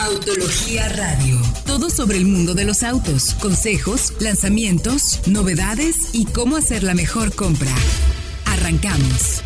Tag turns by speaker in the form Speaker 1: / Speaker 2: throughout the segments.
Speaker 1: Autología Radio. Todo sobre el mundo de los autos, consejos, lanzamientos, novedades y cómo hacer la mejor compra. Arrancamos.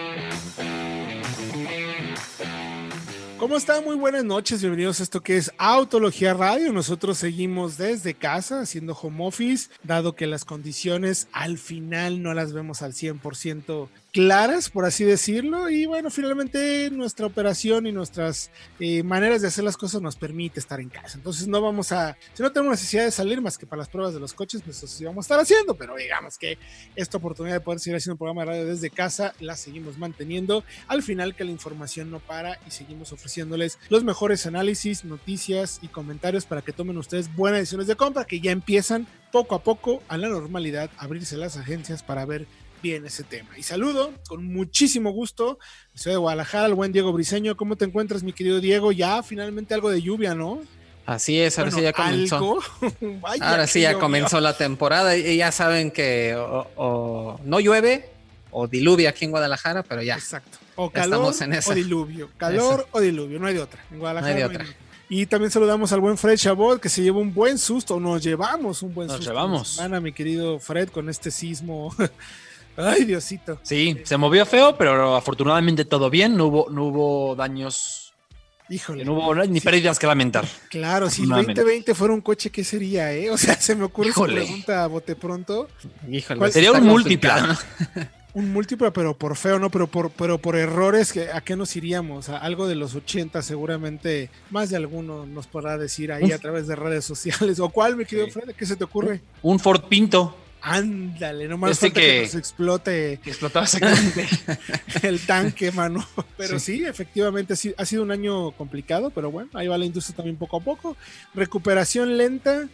Speaker 2: ¿Cómo están? Muy buenas noches, bienvenidos a esto que es Autología Radio. Nosotros seguimos desde casa haciendo home office, dado que las condiciones al final no las vemos al 100% claras, por así decirlo, y bueno, finalmente nuestra operación y nuestras maneras de hacer las cosas nos permite estar en casa. Entonces si no tenemos necesidad de salir más que para las pruebas de los coches, pues eso sí vamos a estar haciendo, pero digamos que esta oportunidad de poder seguir haciendo un programa de radio desde casa la seguimos manteniendo, al final que la información no para y seguimos ofreciéndoles los mejores análisis, noticias y comentarios para que tomen ustedes buenas decisiones de compra, que ya empiezan poco a poco a la normalidad, a abrirse las agencias para ver bien ese tema. Y saludo con muchísimo gusto, soy de Guadalajara, el buen Diego Briseño. ¿Cómo te encuentras, mi querido Diego? Ya finalmente algo de lluvia, ¿no?
Speaker 3: Así es, ahora sí ya comenzó.
Speaker 2: Vaya,
Speaker 3: ahora sí ya comenzó la temporada y ya saben que o no llueve o diluvia aquí en Guadalajara, pero ya.
Speaker 2: Exacto. O calor o diluvio. Calor eso. O diluvio, no hay de otra. En Guadalajara no hay de otra. Y también saludamos al buen Fred Chabot, que se llevó un buen susto, nos llevamos un buen susto.
Speaker 4: Nos llevamos.
Speaker 2: Semana, mi querido Fred, con este sismo. Ay, Diosito.
Speaker 4: Sí, se movió feo, pero afortunadamente todo bien, no hubo daños.
Speaker 2: Híjole.
Speaker 4: No hubo ni pérdidas que lamentar.
Speaker 2: Claro, si el 2020 fuera un coche, ¿qué sería, O sea, se me ocurre esa pregunta a bote pronto.
Speaker 4: Híjole, sería un múltipla, ¿no?
Speaker 2: Un múltiplo, pero por feo, ¿no? Pero por errores, ¿a qué nos iríamos? A algo de los 80, seguramente más de alguno nos podrá decir ahí a través de redes sociales. ¿O cuál, mi querido Fred? ¿Qué se te ocurre?
Speaker 4: Un Ford Pinto.
Speaker 2: Ándale, nomás falta que nos explote.
Speaker 4: Que explotaba exactamente
Speaker 2: el tanque, mano. Pero sí, efectivamente sí, ha sido un año complicado, pero bueno, ahí va la industria también poco a poco. Recuperación lenta,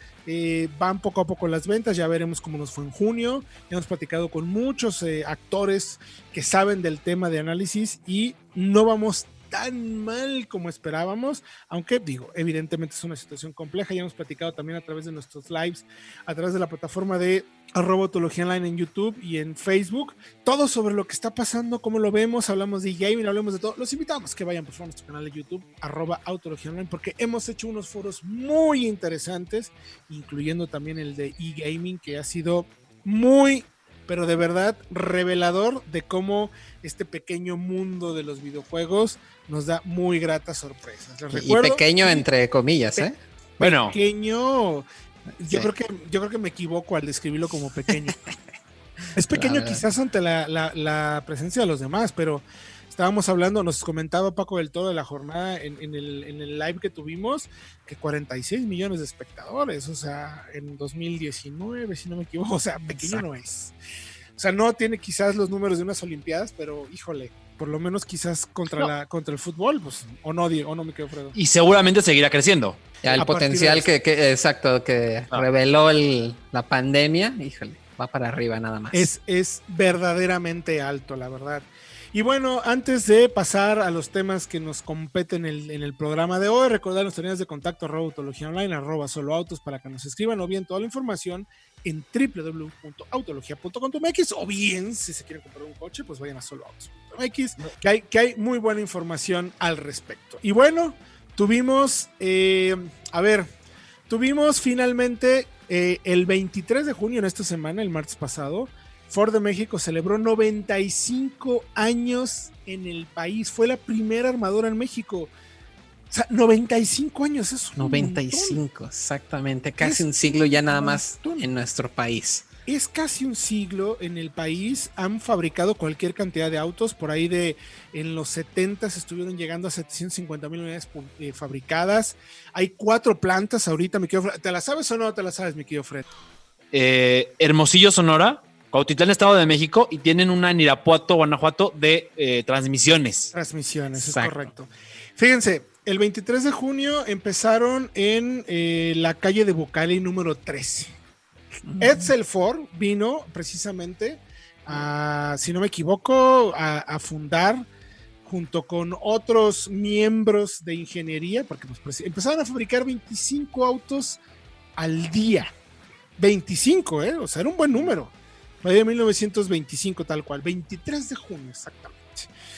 Speaker 2: van poco a poco las ventas, ya veremos cómo nos fue en junio. Ya hemos platicado con muchos actores que saben del tema de análisis y no vamos tan mal como esperábamos, aunque digo, evidentemente es una situación compleja. Ya hemos platicado también a través de nuestros lives, a través de la plataforma de @Autología Online en YouTube y en Facebook, todo sobre lo que está pasando, cómo lo vemos, hablamos de e-gaming, hablamos de todo. Los invitamos que vayan por favor a nuestro canal de YouTube, @Autología Online, porque hemos hecho unos foros muy interesantes, incluyendo también el de e-gaming, que ha sido muy, pero de verdad revelador de cómo este pequeño mundo de los videojuegos nos da muy gratas sorpresas. Les recuerdo,
Speaker 3: y pequeño entre comillas,
Speaker 4: Bueno.
Speaker 2: Pequeño, yo creo que me equivoco al describirlo como pequeño. Es pequeño quizás ante la presencia de los demás, pero estábamos hablando, nos comentaba Paco del Toro de la jornada en el live que tuvimos, que 46 millones de espectadores, o sea, en 2019, si no me equivoco, o sea, pequeño. Exacto. No es. O sea, no tiene quizás los números de unas olimpiadas, pero híjole, por lo menos quizás contra el fútbol, pues, o no me quedo, Fredo.
Speaker 4: Y seguramente seguirá creciendo.
Speaker 3: Ya el potencial que reveló la pandemia, híjole, va para arriba nada más.
Speaker 2: Es verdaderamente alto, la verdad. Y bueno, antes de pasar a los temas que nos competen en el programa de hoy, recordar nuestras líneas de contacto @Autología Online, @soloautos para que nos escriban, o bien toda la información en www.autologia.com.mx, o bien si se quieren comprar un coche, pues vayan a soloautos.mx, que hay muy buena información al respecto. Y bueno, tuvimos finalmente el 23 de junio en esta semana, el martes pasado, Ford de México celebró 95 años en el país. Fue la primera armadora en México. O sea, 95 años, eso.
Speaker 3: 95, exactamente. Casi un siglo ya nada más en nuestro país.
Speaker 2: Es casi un siglo en el país. Han fabricado cualquier cantidad de autos. Por ahí en los 70s estuvieron llegando a 750,000 unidades fabricadas. Hay 4 plantas ahorita, mi querido Fred. ¿Te la sabes o no te la sabes, mi querido Fred?
Speaker 4: Hermosillo, Sonora, Cuautitlán, Estado de México, y tienen una en Irapuato, Guanajuato, de transmisiones.
Speaker 2: Transmisiones, exacto. Es correcto. Fíjense, el 23 de junio empezaron en la calle de Bucali número 13. Edsel Ford vino precisamente si no me equivoco, a fundar junto con otros miembros de ingeniería, porque pues, empezaron a fabricar 25 autos al día. 25, o sea, era un buen número. De 1925 tal cual, 23 de junio exactamente.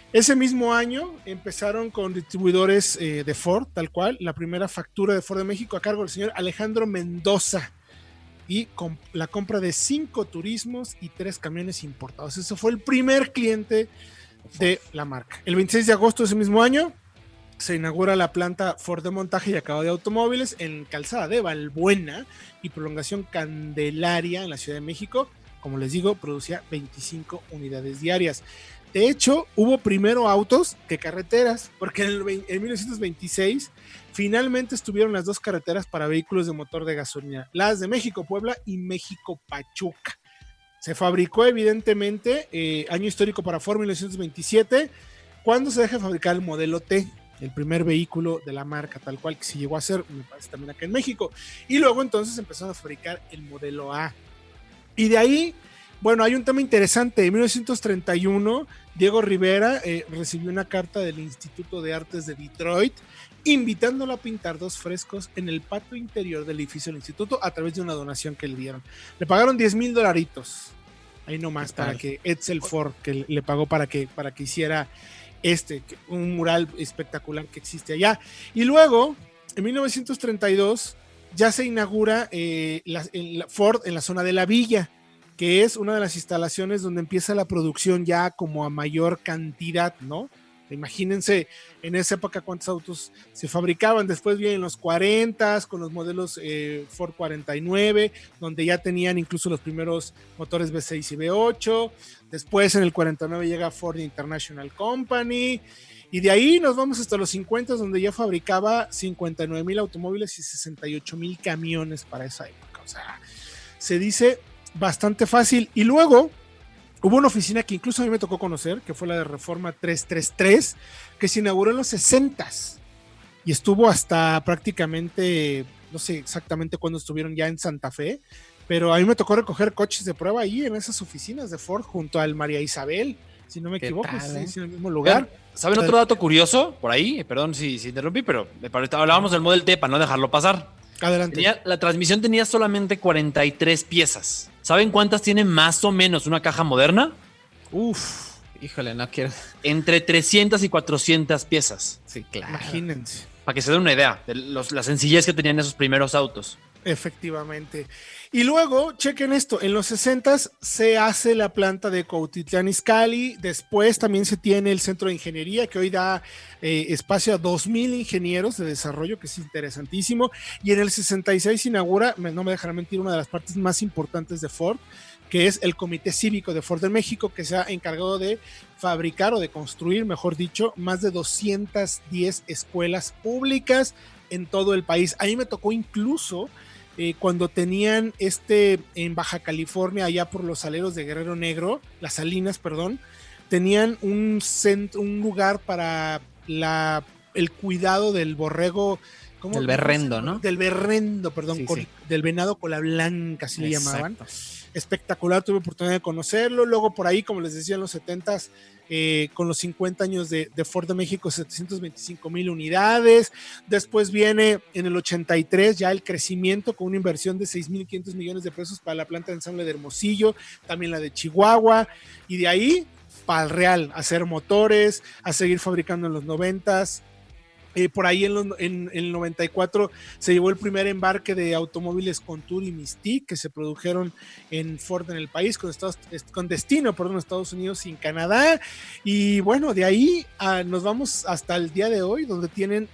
Speaker 2: Ese mismo año empezaron con distribuidores de Ford, tal cual, la primera factura de Ford de México a cargo del señor Alejandro Mendoza, y con la compra de 5 turismos y 3 camiones importados. Ese fue el primer cliente de la marca. El 26 de agosto de ese mismo año se inaugura la planta Ford de montaje y acabado de automóviles en Calzada de Balbuena y Prolongación Candelaria en la Ciudad de México. Como les digo, producía 25 unidades diarias. De hecho, hubo primero autos que carreteras, porque en 1926 finalmente estuvieron las 2 carreteras para vehículos de motor de gasolina, las de México-Puebla y México-Pachuca. Se fabricó evidentemente, año histórico para Ford, 1927, cuando se deja de fabricar el modelo T, el primer vehículo de la marca, tal cual que se llegó a hacer, me parece, también acá en México. Y luego entonces empezaron a fabricar el modelo A. Y de ahí, bueno, hay un tema interesante. En 1931, Diego Rivera recibió una carta del Instituto de Artes de Detroit invitándolo a pintar 2 frescos en el patio interior del edificio del instituto a través de una donación que le dieron. Le pagaron $10,000, ahí nomás, para que Edsel Ford, que le pagó para que hiciera un mural espectacular que existe allá. Y luego, en 1932, ya se inaugura Ford en la zona de la Villa, que es una de las instalaciones donde empieza la producción ya como a mayor cantidad, ¿no? Imagínense en esa época cuántos autos se fabricaban. Después vienen los 40 con los modelos Ford 49, donde ya tenían incluso los primeros motores V6 y V8. Después en el 49 llega Ford International Company, y de ahí nos vamos hasta los 50, donde ya fabricaba 59,000 automóviles y 68,000 camiones para esa época. O sea, se dice bastante fácil. Y luego hubo una oficina que incluso a mí me tocó conocer, que fue la de Reforma 333, que se inauguró en los 60s y estuvo hasta prácticamente, no sé exactamente cuándo estuvieron ya en Santa Fe, pero a mí me tocó recoger coches de prueba ahí en esas oficinas de Ford junto al María Isabel, si no me equivoco, sí, en el mismo lugar.
Speaker 4: ¿Saben otro dato curioso por ahí? Perdón si interrumpí, pero hablábamos del Model T para no dejarlo pasar.
Speaker 2: Adelante.
Speaker 4: La transmisión tenía solamente 43 piezas. ¿Saben cuántas tiene más o menos una caja moderna?
Speaker 3: Híjole, no quiero.
Speaker 4: Entre 300 y 400 piezas.
Speaker 3: Sí, claro.
Speaker 2: Imagínense.
Speaker 4: Para que se den una idea de la sencillez que tenían esos primeros autos.
Speaker 2: Efectivamente. Y luego, chequen esto, en los 60s se hace la planta de Cuautitlán Izcalli, después también se tiene el centro de ingeniería que hoy da espacio a 2,000 ingenieros de desarrollo, que es interesantísimo, y en el 66 se inaugura, no me dejarán mentir, una de las partes más importantes de Ford, que es el Comité Cívico de Ford de México, que se ha encargado de fabricar o de construir, mejor dicho, más de 210 escuelas públicas en todo el país. A mí me tocó incluso cuando tenían en Baja California, allá por los aleros de Guerrero Negro, las Salinas, perdón, tenían un lugar para el cuidado del borrego.
Speaker 3: Del berrendo, ¿no?
Speaker 2: Del berrendo, perdón, sí. Del venado cola blanca, así le llamaban. Espectacular, tuve oportunidad de conocerlo. Luego por ahí, como les decía, en los 70s, con los 50 años de Ford de México, 725,000 unidades. Después viene en el 83 ya el crecimiento con una inversión de 6,500 millones de pesos para la planta de ensamble de Hermosillo, también la de Chihuahua, y de ahí para el Real, a hacer motores, a seguir fabricando en los 90s. Por ahí en el 94 se llevó el primer embarque de automóviles Contour y Mystique que se produjeron en Ford en el país con destino a Estados Unidos y en Canadá. Y bueno, de ahí nos vamos hasta el día de hoy, donde tienen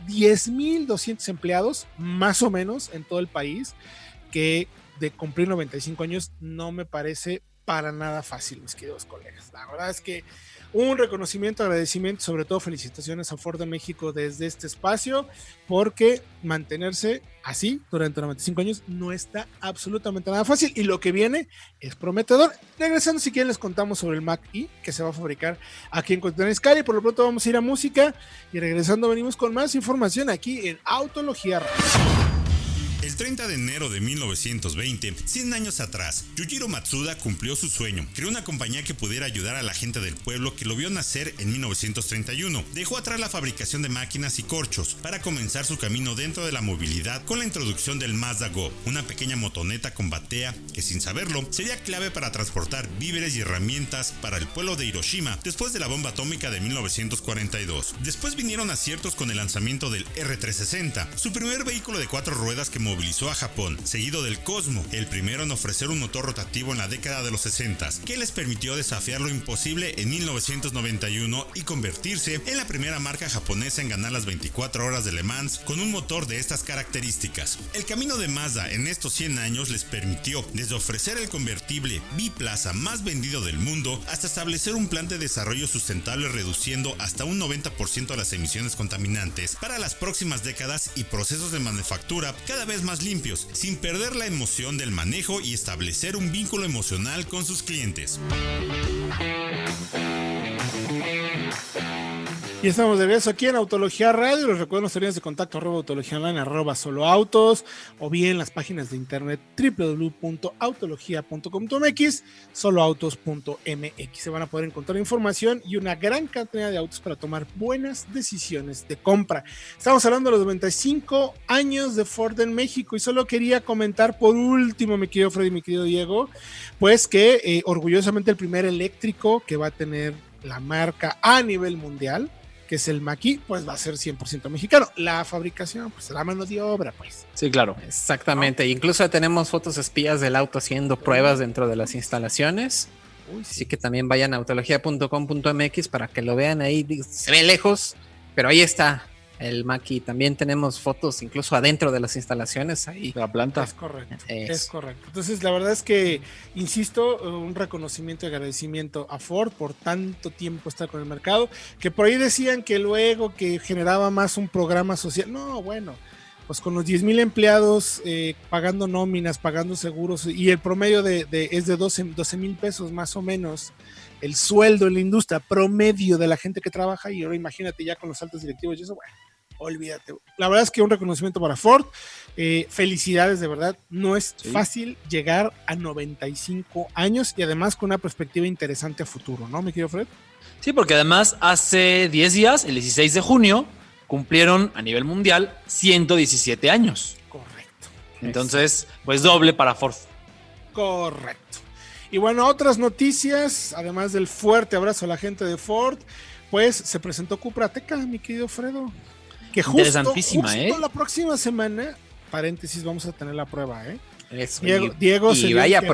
Speaker 2: 10,200 empleados más o menos en todo el país, que de cumplir 95 años no me parece para nada fácil, mis queridos colegas. La verdad es que un reconocimiento, agradecimiento, sobre todo felicitaciones a Ford de México desde este espacio, porque mantenerse así durante 95 años no está absolutamente nada fácil, y lo que viene es prometedor. Regresando, si quieren, les contamos sobre el Mach-E que se va a fabricar aquí en Cuautitlán Izcalli. Por lo pronto vamos a ir a música y regresando venimos con más información aquí en Autología Radio.
Speaker 5: El 30 de enero de 1920, 100 años atrás, Yujiro Matsuda cumplió su sueño. Creó una compañía que pudiera ayudar a la gente del pueblo que lo vio nacer en 1931. Dejó atrás la fabricación de máquinas y corchos para comenzar su camino dentro de la movilidad con la introducción del Mazda Go, una pequeña motoneta con batea que, sin saberlo, sería clave para transportar víveres y herramientas para el pueblo de Hiroshima después de la bomba atómica de 1942. Después vinieron aciertos con el lanzamiento del R360, su primer vehículo de 4 ruedas que movilizó a Japón, seguido del Cosmo, el primero en ofrecer un motor rotativo en la década de los 60, que les permitió desafiar lo imposible en 1991 y convertirse en la primera marca japonesa en ganar las 24 horas de Le Mans con un motor de estas características. El camino de Mazda en estos 100 años les permitió desde ofrecer el convertible biplaza más vendido del mundo hasta establecer un plan de desarrollo sustentable reduciendo hasta un 90% las emisiones contaminantes para las próximas décadas y procesos de manufactura cada vez más limpios, sin perder la emoción del manejo y establecer un vínculo emocional con sus clientes.
Speaker 2: Y estamos de regreso aquí en Autología Radio. Les recuerdo nuestras líneas de contacto @autologiaonline, @soloautos, o bien las páginas de internet www.autologia.com.mx, soloautos.mx. Se van a poder encontrar información y una gran cantidad de autos para tomar buenas decisiones de compra. Estamos hablando de los 95 años de Ford en México y solo quería comentar por último, mi querido Freddy, mi querido Diego, pues que orgullosamente el primer eléctrico que va a tener la marca a nivel mundial, que es el Mach-E, pues va a ser 100% mexicano. La fabricación, pues la mano de obra, pues.
Speaker 4: Sí, claro.
Speaker 3: Exactamente. ¿No? Incluso tenemos fotos espías del auto haciendo pruebas dentro de las instalaciones. Uy, sí. Así que también vayan a autologia.com.mx para que lo vean ahí. Se ve lejos, pero ahí está el Mach-E. También tenemos fotos incluso adentro de las instalaciones ahí.
Speaker 4: La planta.
Speaker 2: Es correcto. Es correcto. Entonces, la verdad es que, insisto, un reconocimiento y agradecimiento a Ford por tanto tiempo estar con el mercado, que por ahí decían que luego que generaba más un programa social. No, bueno, pues con los 10,000 empleados pagando nóminas, pagando seguros, y el promedio es de 12,000 pesos más o menos el sueldo en la industria promedio de la gente que trabaja, y ahora imagínate ya con los altos directivos y eso, bueno, olvídate. La verdad es que un reconocimiento para Ford. Felicidades, de verdad. No es fácil llegar a 95 años y además con una perspectiva interesante a futuro, ¿no, mi querido Fred?
Speaker 4: Sí, porque además hace 10 días, el 16 de junio, cumplieron a nivel mundial 117 años.
Speaker 2: Correcto.
Speaker 4: Entonces, pues doble para Ford.
Speaker 2: Correcto. Y bueno, otras noticias, además del fuerte abrazo a la gente de Ford, pues se presentó Cupra Ateca, mi querido Fredo. Que justo la próxima semana, paréntesis, vamos a tener la prueba,
Speaker 3: Eso,
Speaker 2: Diego
Speaker 3: se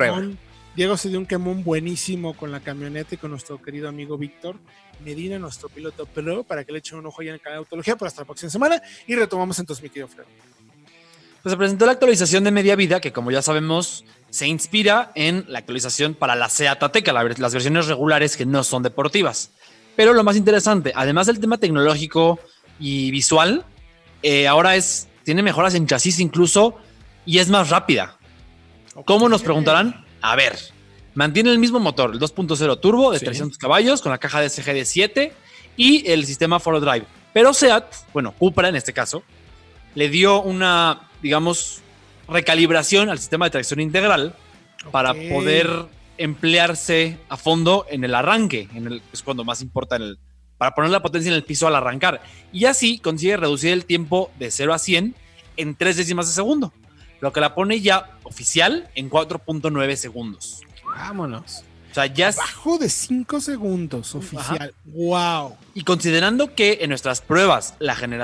Speaker 2: dio un quemón buenísimo con la camioneta y con nuestro querido amigo Víctor Medina, nuestro piloto pro, para que le echen un ojo allá en el canal de Autología, pero hasta la próxima semana y retomamos entonces, mi querido Fredo.
Speaker 4: Pues se presentó la actualización de media vida, que como ya sabemos se inspira en la actualización para la Seat Ateca, las versiones regulares que no son deportivas. Pero lo más interesante, además del tema tecnológico y visual, ahora tiene mejoras en chasis incluso y es más rápida. Okay. ¿Cómo nos preguntarán? A ver, mantiene el mismo motor, el 2.0 turbo de 300 caballos con la caja DSG de 7 y el sistema 4Drive. Pero Seat, bueno, Cupra en este caso, le dio una, digamos, recalibración al sistema de tracción integral para poder emplearse a fondo en el arranque, es cuando más importa, para poner la potencia en el piso al arrancar. Y así consigue reducir el tiempo de 0 a 100 en 3 décimas de segundo, lo que la pone ya oficial en 4.9 segundos.
Speaker 2: Vámonos.
Speaker 4: O sea, ya
Speaker 2: Bajo de 5 segundos oficial. Ajá. ¡Wow!
Speaker 4: Y considerando que en nuestras pruebas,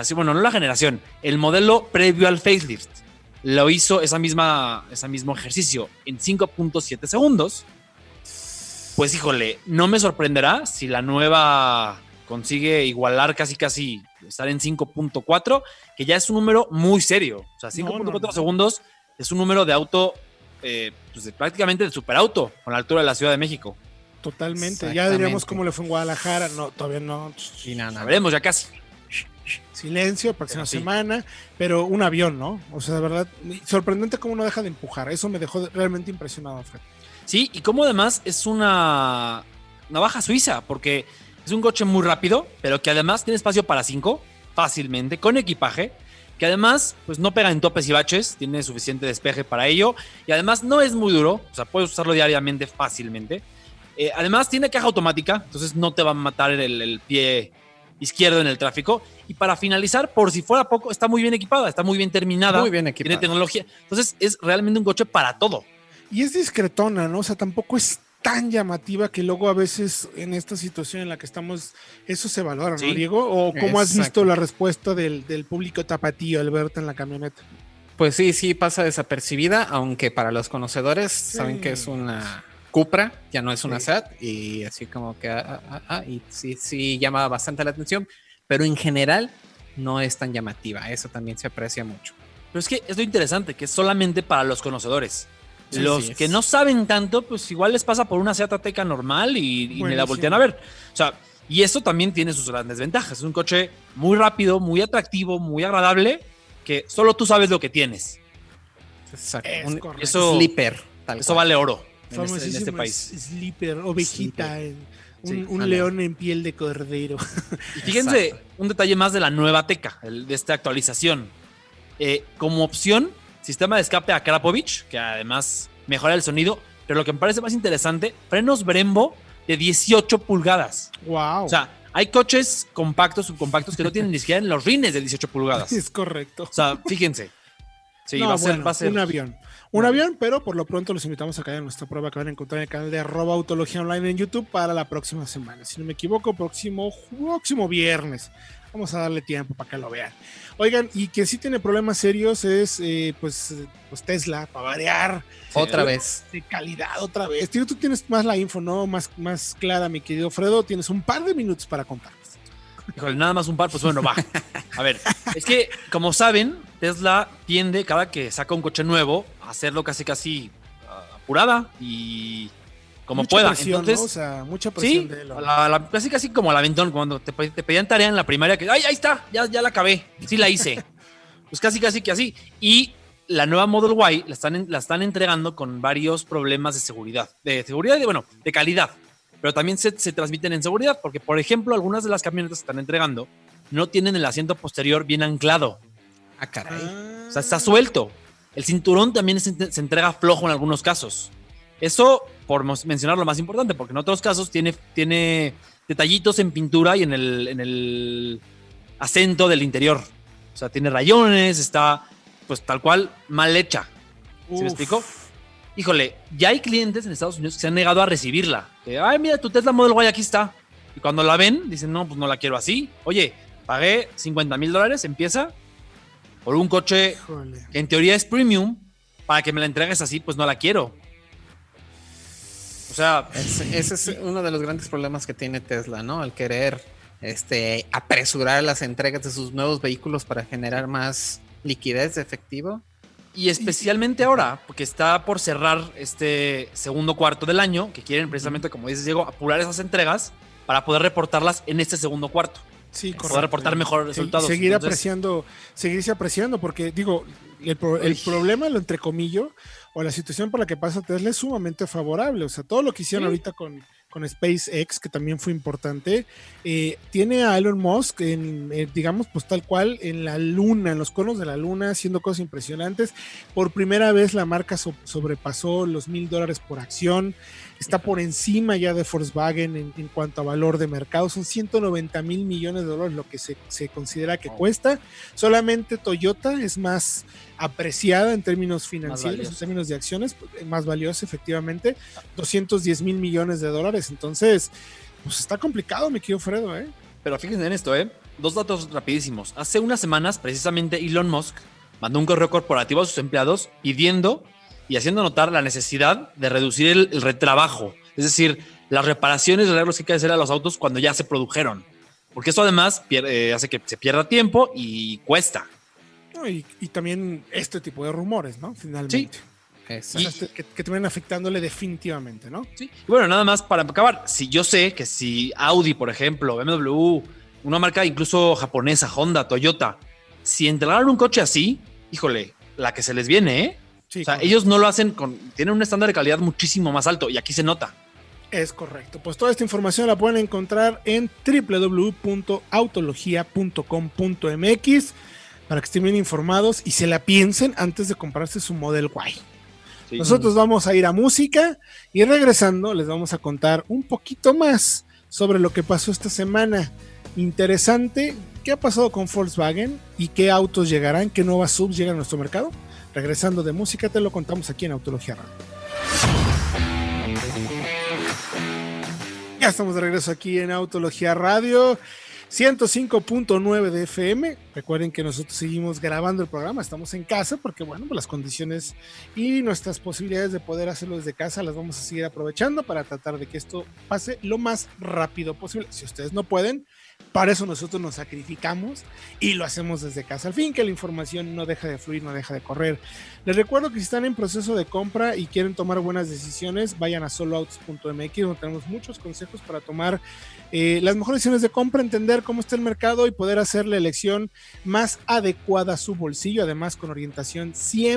Speaker 4: el modelo previo al facelift lo hizo ese mismo ejercicio en 5.7 segundos, pues híjole, no me sorprenderá si la nueva consigue igualar casi estar en 5.4, que ya es un número muy serio. O sea, 5.4 segundos es un número de auto, pues prácticamente de superauto, con la altura de la Ciudad de México.
Speaker 2: Totalmente. Ya diríamos cómo le fue en Guadalajara. No, todavía no.
Speaker 4: Sí, nada. Veremos ya casi.
Speaker 2: Silencio, próxima semana, pero un avión, ¿no? O sea, de verdad, sorprendente cómo no deja de empujar. Eso me dejó realmente impresionado, Fred.
Speaker 4: Sí, y cómo además es una navaja suiza, porque es un coche muy rápido, pero que además tiene espacio para 5 fácilmente, con equipaje, que además pues no pega en topes y baches, tiene suficiente despeje para ello y además no es muy duro, o sea, puedes usarlo diariamente fácilmente. Además tiene caja automática, entonces no te va a matar el pie izquierdo en el tráfico. Y para finalizar, por si fuera poco, está muy bien equipada, está muy bien terminada,
Speaker 3: Muy bien equipada.
Speaker 4: tiene tecnología, entonces es realmente un coche para todo.
Speaker 2: Y es discretona, ¿no? O sea, tampoco es tan llamativa que luego a veces en esta situación en la que estamos, eso se valora, ¿no,
Speaker 4: Sí.
Speaker 2: Diego? ¿O cómo has
Speaker 3: Exacto.
Speaker 2: visto la respuesta del público tapatío al verte en la camioneta?
Speaker 3: Pues sí pasa desapercibida, aunque para los conocedores saben que es una Cupra, ya no es una
Speaker 2: Sí.
Speaker 3: SEAT, y así como que y sí llama bastante la atención, pero en general no es tan llamativa, eso también se aprecia mucho.
Speaker 4: Pero es que es lo interesante, que es solamente para los conocedores.
Speaker 3: Sí,
Speaker 4: Los
Speaker 3: sí,
Speaker 4: que
Speaker 3: es.
Speaker 4: no saben tanto, pues igual les pasa por una Seat Ateca normal y ni la
Speaker 2: Buenísimo.
Speaker 4: voltean a ver. O sea, y eso también tiene sus grandes ventajas. Es un coche muy rápido, muy atractivo, muy agradable, que solo tú sabes lo que tienes.
Speaker 3: Exacto.
Speaker 2: Es
Speaker 3: Un
Speaker 2: correcto.
Speaker 4: Eso,
Speaker 3: sleeper, tal
Speaker 4: eso
Speaker 3: cual.
Speaker 4: vale oro en
Speaker 2: Famosísimo
Speaker 4: este país.
Speaker 2: Sleeper, ovejita,
Speaker 4: Sí,
Speaker 2: un
Speaker 3: ándale.
Speaker 2: león en piel de cordero.
Speaker 4: Y fíjense,
Speaker 3: Exacto.
Speaker 4: un detalle más de la nueva Ateca, de esta actualización. Como opción, sistema de escape a Krapovich, que además mejora el sonido, pero lo que me parece más interesante, frenos Brembo de 18 pulgadas.
Speaker 2: Wow.
Speaker 4: O sea, hay coches compactos, subcompactos que no tienen ni siquiera en los rines de 18 pulgadas.
Speaker 2: es correcto.
Speaker 4: O sea, fíjense. Sí,
Speaker 2: No,
Speaker 4: va a ser,
Speaker 2: bueno,
Speaker 4: va a ser.
Speaker 2: un avión. Un avión, pero por lo pronto los invitamos a que hagan nuestra prueba que van a encontrar en el canal de @Autología Online en YouTube para la próxima semana. Si no me equivoco, próximo viernes. Vamos a darle tiempo para que lo vean. Oigan, y que sí tiene problemas serios es pues Tesla, para variar.
Speaker 3: Otra vez.
Speaker 2: De calidad otra vez. Tío, tú tienes más la info, ¿no? Más clara, mi querido Fredo. Tienes un par de minutos para contarnos.
Speaker 4: Híjole, nada más un par, pues bueno, va. A ver, es que, como saben, Tesla tiende, cada que saca un coche nuevo, a hacerlo casi apurada y como
Speaker 2: Mucha
Speaker 4: pueda.
Speaker 2: presión,
Speaker 4: Entonces,
Speaker 2: ¿no? O sea, mucha presión
Speaker 4: sí,
Speaker 2: de él.
Speaker 4: casi como al aventón, cuando te pedían tarea en la primaria, que, ¡ay, ahí está! Ya la acabé, sí la hice. Pues casi que así. Y la nueva Model Y la están entregando con varios problemas de seguridad y, de calidad. Pero también se transmiten en seguridad, porque, por ejemplo, algunas de las camionetas que están entregando no tienen el asiento posterior bien anclado.
Speaker 3: Ah, caray.
Speaker 4: O sea, está suelto. El cinturón también se entrega flojo en algunos casos. Eso, por mencionar lo más importante, porque en otros casos tiene detallitos en pintura y en el acento del interior. O sea, tiene rayones, está pues tal cual mal hecha. ¿Sí me explico? Híjole, ya hay clientes en Estados Unidos que se han negado a recibirla. Que, ay, mira, tu Tesla Model Y aquí está. Y cuando la ven, dicen, no, pues no la quiero así. Oye, pagué $50,000, empieza por un coche
Speaker 2: Híjole.
Speaker 4: que en teoría es premium, para que me la entregues así, pues no la quiero. O sea,
Speaker 3: Ese es uno de los grandes problemas que tiene Tesla, ¿no? El querer apresurar las entregas de sus nuevos vehículos para generar más liquidez de efectivo.
Speaker 4: y especialmente ahora, porque está por cerrar este segundo cuarto del año, que quieren precisamente, como dices, Diego, apurar esas entregas para poder reportarlas en este segundo cuarto.
Speaker 2: Sí,
Speaker 4: Para poder reportar mejores resultados.
Speaker 2: Seguir
Speaker 4: Entonces,
Speaker 2: seguirse apreciando, porque digo, el problema, lo entrecomillo, o la situación por la que pasa Tesla es sumamente favorable. O sea, todo lo que hicieron ahorita con SpaceX, que también fue importante, tiene a Elon Musk digamos, pues tal cual en la luna, en los conos de la luna, haciendo cosas impresionantes. Por primera vez la marca sobrepasó los $1,000 por acción. Está por encima ya de Volkswagen en cuanto a valor de mercado. Son $190 mil millones lo que se considera que cuesta. Solamente Toyota es más apreciada en términos financieros, en términos de acciones, más valiosa efectivamente, $210 mil millones. Entonces, pues está complicado, mi querido Fredo, ¿eh?
Speaker 4: pero fíjense en esto, Dos datos rapidísimos. Hace unas semanas, precisamente, Elon Musk mandó un correo corporativo a sus empleados pidiendo y haciendo notar la necesidad de reducir el retrabajo. Es decir, las reparaciones y arreglos que hay que hacer a los autos cuando ya se produjeron. Porque eso además hace que se pierda tiempo y cuesta.
Speaker 2: No, y también este tipo de rumores, ¿no? Finalmente.
Speaker 4: Sí.
Speaker 3: Eso.
Speaker 2: O sea, que terminan afectándole definitivamente, ¿no?
Speaker 4: Sí. Y bueno, nada más para acabar. Si yo sé que si Audi, por ejemplo, BMW, una marca incluso japonesa, Honda, Toyota, si entregaran un coche así, híjole, la que se les viene, ¿eh?
Speaker 2: Sí,
Speaker 4: O sea,
Speaker 2: correcto.
Speaker 4: ellos no lo hacen tienen un estándar de calidad muchísimo más alto y aquí se nota.
Speaker 2: Es correcto. Pues toda esta información la pueden encontrar en www.autologia.com.mx. para que estén bien informados y se la piensen antes de comprarse su Model Y.
Speaker 4: Sí.
Speaker 2: Nosotros vamos a ir a música y regresando les vamos a contar un poquito más sobre lo que pasó esta semana. Interesante, ¿qué ha pasado con Volkswagen y qué autos llegarán, qué nuevas subs llegan a nuestro mercado? Regresando de música te lo contamos aquí en Autología Radio. Ya estamos de regreso aquí en Autología Radio 105.9 de FM. Recuerden que nosotros seguimos grabando el programa, estamos en casa porque bueno, pues las condiciones y nuestras posibilidades de poder hacerlo desde casa las vamos a seguir aprovechando para tratar de que esto pase lo más rápido posible. Si ustedes no pueden, para eso nosotros nos sacrificamos y lo hacemos desde casa. Al fin que la información no deja de fluir, no deja de correr. Les recuerdo que si están en proceso de compra y quieren tomar buenas decisiones, vayan a soloautos.mx, donde tenemos muchos consejos para tomar las mejores decisiones de compra, entender cómo está el mercado y poder hacer la elección más adecuada a su bolsillo, además con orientación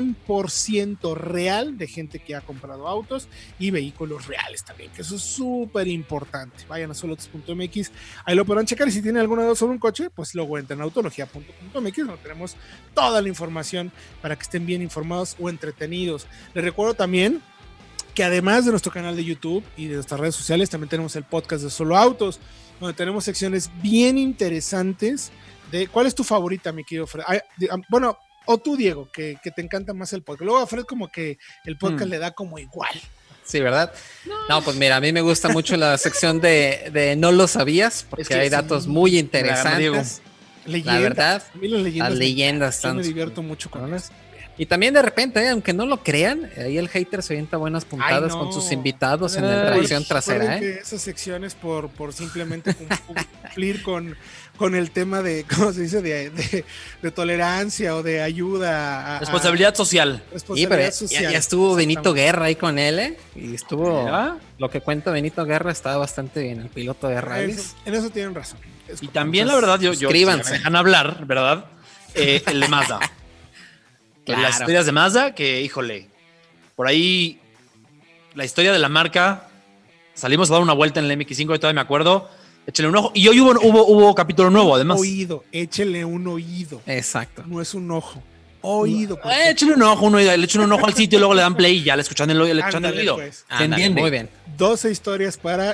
Speaker 2: 100% real de gente que ha comprado autos y vehículos reales también, que eso es súper importante. Vayan a soloautos.mx, ahí lo podrán checar y si tienen alguna duda sobre un coche, pues luego entren a autología.mx, donde tenemos toda la información para que estén bien informados o entretenidos. Les recuerdo también que además de nuestro canal de YouTube y de nuestras redes sociales, también tenemos el podcast de Solo Autos, donde tenemos secciones bien interesantes de ¿cuál es tu favorita, mi querido Fred? Bueno, o tú, Diego, que te encanta más el podcast. Luego a Fred como que el podcast le da como igual.
Speaker 3: Sí, ¿verdad? No, pues mira, a mí me gusta mucho la sección de no lo sabías, porque es que hay datos muy interesantes.
Speaker 2: Leyendas.
Speaker 3: La verdad,
Speaker 2: a mí las
Speaker 3: leyendas
Speaker 2: yo
Speaker 3: están.
Speaker 2: me divierto mucho con eso.
Speaker 3: Y también de repente, aunque no lo crean, ahí el hater se avienta buenas puntadas con sus invitados en la tracción trasera.
Speaker 2: Esas secciones por simplemente cumplir con el tema de, ¿cómo se dice? De tolerancia o de ayuda.
Speaker 4: Responsabilidad social.
Speaker 3: Responsabilidad social. Ya estuvo Benito Guerra ahí con él, y estuvo... ¿Ya? Lo que cuenta Benito Guerra estaba bastante bien, el piloto de rallies.
Speaker 2: En eso tienen razón.
Speaker 4: Y también, la verdad, yo si me dejan hablar, ¿verdad? El de Mazda. Claro. Las historias de Mazda, que híjole, por ahí la historia de la marca, salimos a dar una vuelta en el MX5, todavía me acuerdo, échale un ojo, y hoy hubo capítulo nuevo además.
Speaker 2: Oído, échale un oído.
Speaker 3: Exacto.
Speaker 2: No es un ojo, oído.
Speaker 4: Échale un ojo, le echan un ojo al sitio y luego le dan play y ya le escuchan el oído.
Speaker 2: Pues.
Speaker 4: ¿Se entiende?
Speaker 3: Muy bien.
Speaker 2: 12 historias para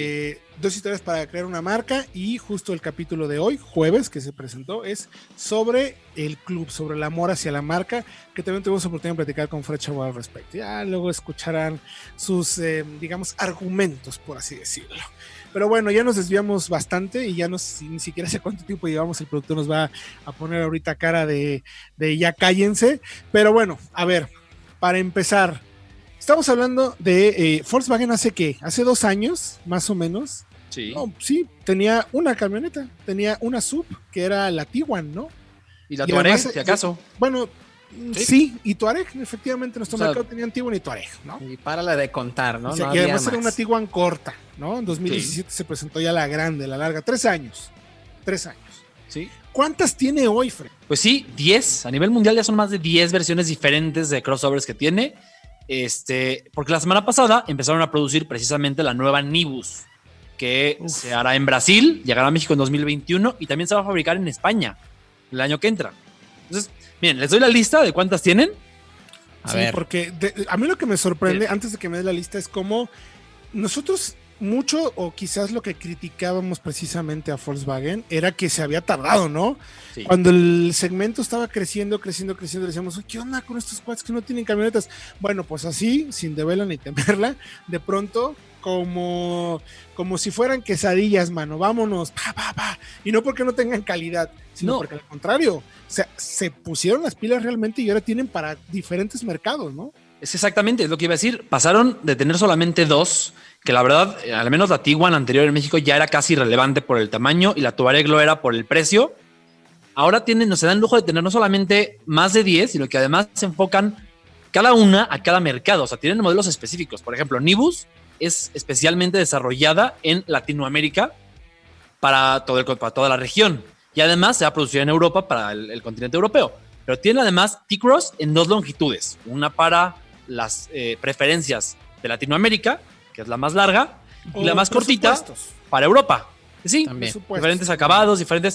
Speaker 2: crear una marca, y justo el capítulo de hoy, jueves, que se presentó, es sobre el club, sobre el amor hacia la marca, que también tuvimos oportunidad de platicar con Fred Chabot al respecto. Ya luego escucharán sus, digamos, argumentos, por así decirlo. Pero bueno, ya nos desviamos bastante y ya ni siquiera sé cuánto tiempo llevamos. El productor nos va a poner ahorita cara de ya cállense. Pero bueno, a ver, para empezar, estamos hablando de Volkswagen hace 2 años, más o menos.
Speaker 4: Sí.
Speaker 2: No, sí, tenía una camioneta, tenía una sub que era la Tiguan, ¿no?
Speaker 4: ¿Y la Touareg, si acaso?
Speaker 2: Bueno, sí, y Touareg, efectivamente, nuestro mercado tenían Tiguan y Touareg, ¿no?
Speaker 3: Y párala de contar, ¿no?
Speaker 2: O sea,
Speaker 3: no
Speaker 2: que
Speaker 3: había
Speaker 2: además
Speaker 3: más.
Speaker 2: era una Tiguan corta, ¿no? En 2017 se presentó ya la grande, la larga, 3 años. 3 años.
Speaker 4: Sí.
Speaker 2: ¿Cuántas tiene hoy, Fred?
Speaker 4: Pues sí, 10. A nivel mundial ya son más de 10 versiones diferentes de crossovers que tiene. Porque la semana pasada empezaron a producir precisamente la nueva Nibus, que se hará en Brasil, llegará a México en 2021 y también se va a fabricar en España el año que entra. Entonces, miren, les doy la lista de cuántas tienen.
Speaker 2: Sí, porque a mí lo que me sorprende, antes de que me dé la lista, es cómo nosotros mucho, o quizás lo que criticábamos precisamente a Volkswagen, era que se había tardado, ¿no? Sí. Cuando el segmento estaba creciendo, decíamos, ¿qué onda con estos cuates que no tienen camionetas? Bueno, pues así, sin deberla ni temerla, de pronto, como si fueran quesadillas, mano, vámonos, y no porque no tengan calidad, sino porque al contrario, o sea, se pusieron las pilas realmente y ahora tienen para diferentes mercados, ¿no?
Speaker 4: Es exactamente, es lo que iba a decir. Pasaron de tener solamente 2, que la verdad, al menos la Tiguan anterior en México ya era casi irrelevante por el tamaño y la Touareg lo era por el precio. Ahora se dan el lujo de tener no solamente más de 10, sino que además se enfocan cada una a cada mercado. O sea, tienen modelos específicos. Por ejemplo, Nibus es especialmente desarrollada en Latinoamérica para toda la región. Y además se va a producir en Europa para el continente europeo. Pero tiene además T-Cross en 2 longitudes. Una para las preferencias de Latinoamérica, que es la más larga, y la más cortita para Europa. Sí, diferentes acabados, diferentes.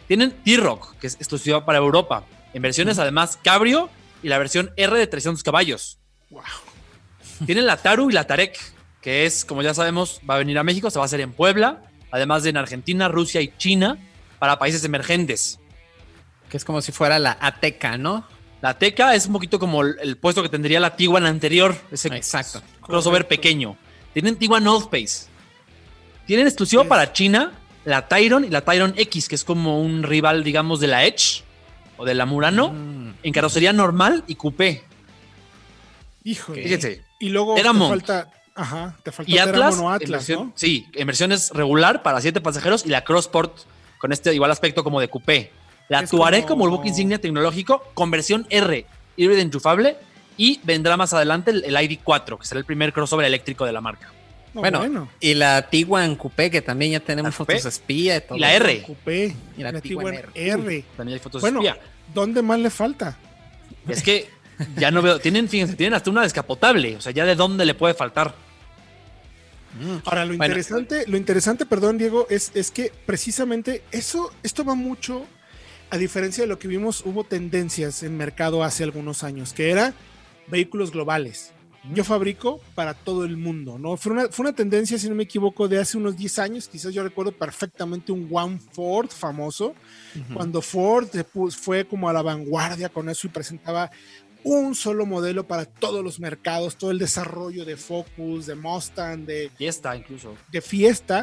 Speaker 4: Tienen T-Roc, que es exclusiva para Europa, en versiones además Cabrio y la versión R de 300 caballos.
Speaker 2: Wow.
Speaker 4: Tienen la Taru y la Tarek, que es, como ya sabemos, va a venir a México, se va a hacer en Puebla, además de en Argentina, Rusia y China, para países emergentes.
Speaker 3: Que es como si fuera la Ateca, ¿no?
Speaker 4: La Ateca es un poquito como el puesto que tendría la Tiguan anterior, ese
Speaker 3: Exacto.
Speaker 4: crossover pequeño. Tienen Tiguan Old Pace. Tienen exclusivo para China la Tyron y la Tyron X, que es como un rival, digamos, de la Edge o de la Murano, en carrocería normal y coupé.
Speaker 2: Híjole.
Speaker 4: Fíjense.
Speaker 2: Y luego
Speaker 4: Teramont.
Speaker 2: te falta
Speaker 4: Y Atlas,
Speaker 2: Teramont o Atlas, ¿no?
Speaker 4: Sí, en versiones regular para 7 pasajeros y la Crossport con este igual aspecto como de coupé. La
Speaker 2: Es
Speaker 4: Tuareg
Speaker 2: como-
Speaker 4: como el buque insignia tecnológico con versión R, híbrido enchufable, y vendrá más adelante el ID4, que será el primer crossover eléctrico de la marca.
Speaker 2: No,
Speaker 3: Bueno, y la Tiguan Coupé, que también ya tenemos
Speaker 4: La Coupé.
Speaker 3: fotos espía y todo.
Speaker 4: Y la R.
Speaker 2: Coupé,
Speaker 3: Y la
Speaker 2: la
Speaker 3: Tiguan
Speaker 2: Tiguan
Speaker 3: R.
Speaker 2: R.
Speaker 4: También hay fotos
Speaker 2: Bueno,
Speaker 4: espía.
Speaker 2: ¿dónde más le falta?
Speaker 4: Es que ya no veo, fíjense, tienen hasta una descapotable, o sea, ya de dónde le puede faltar.
Speaker 2: Ahora, lo interesante, perdón, Diego, es que precisamente esto va mucho, a diferencia de lo que vimos, hubo tendencias en mercado hace algunos años, que era vehículos globales. Yo fabrico para todo el mundo, ¿no? Fue una tendencia, si no me equivoco, de hace unos 10 años, quizás yo recuerdo perfectamente un One Ford famoso, cuando Ford fue como a la vanguardia con eso y presentaba un solo modelo para todos los mercados, todo el desarrollo de Focus, de Mustang,
Speaker 4: Fiesta incluso.
Speaker 2: de Fiesta.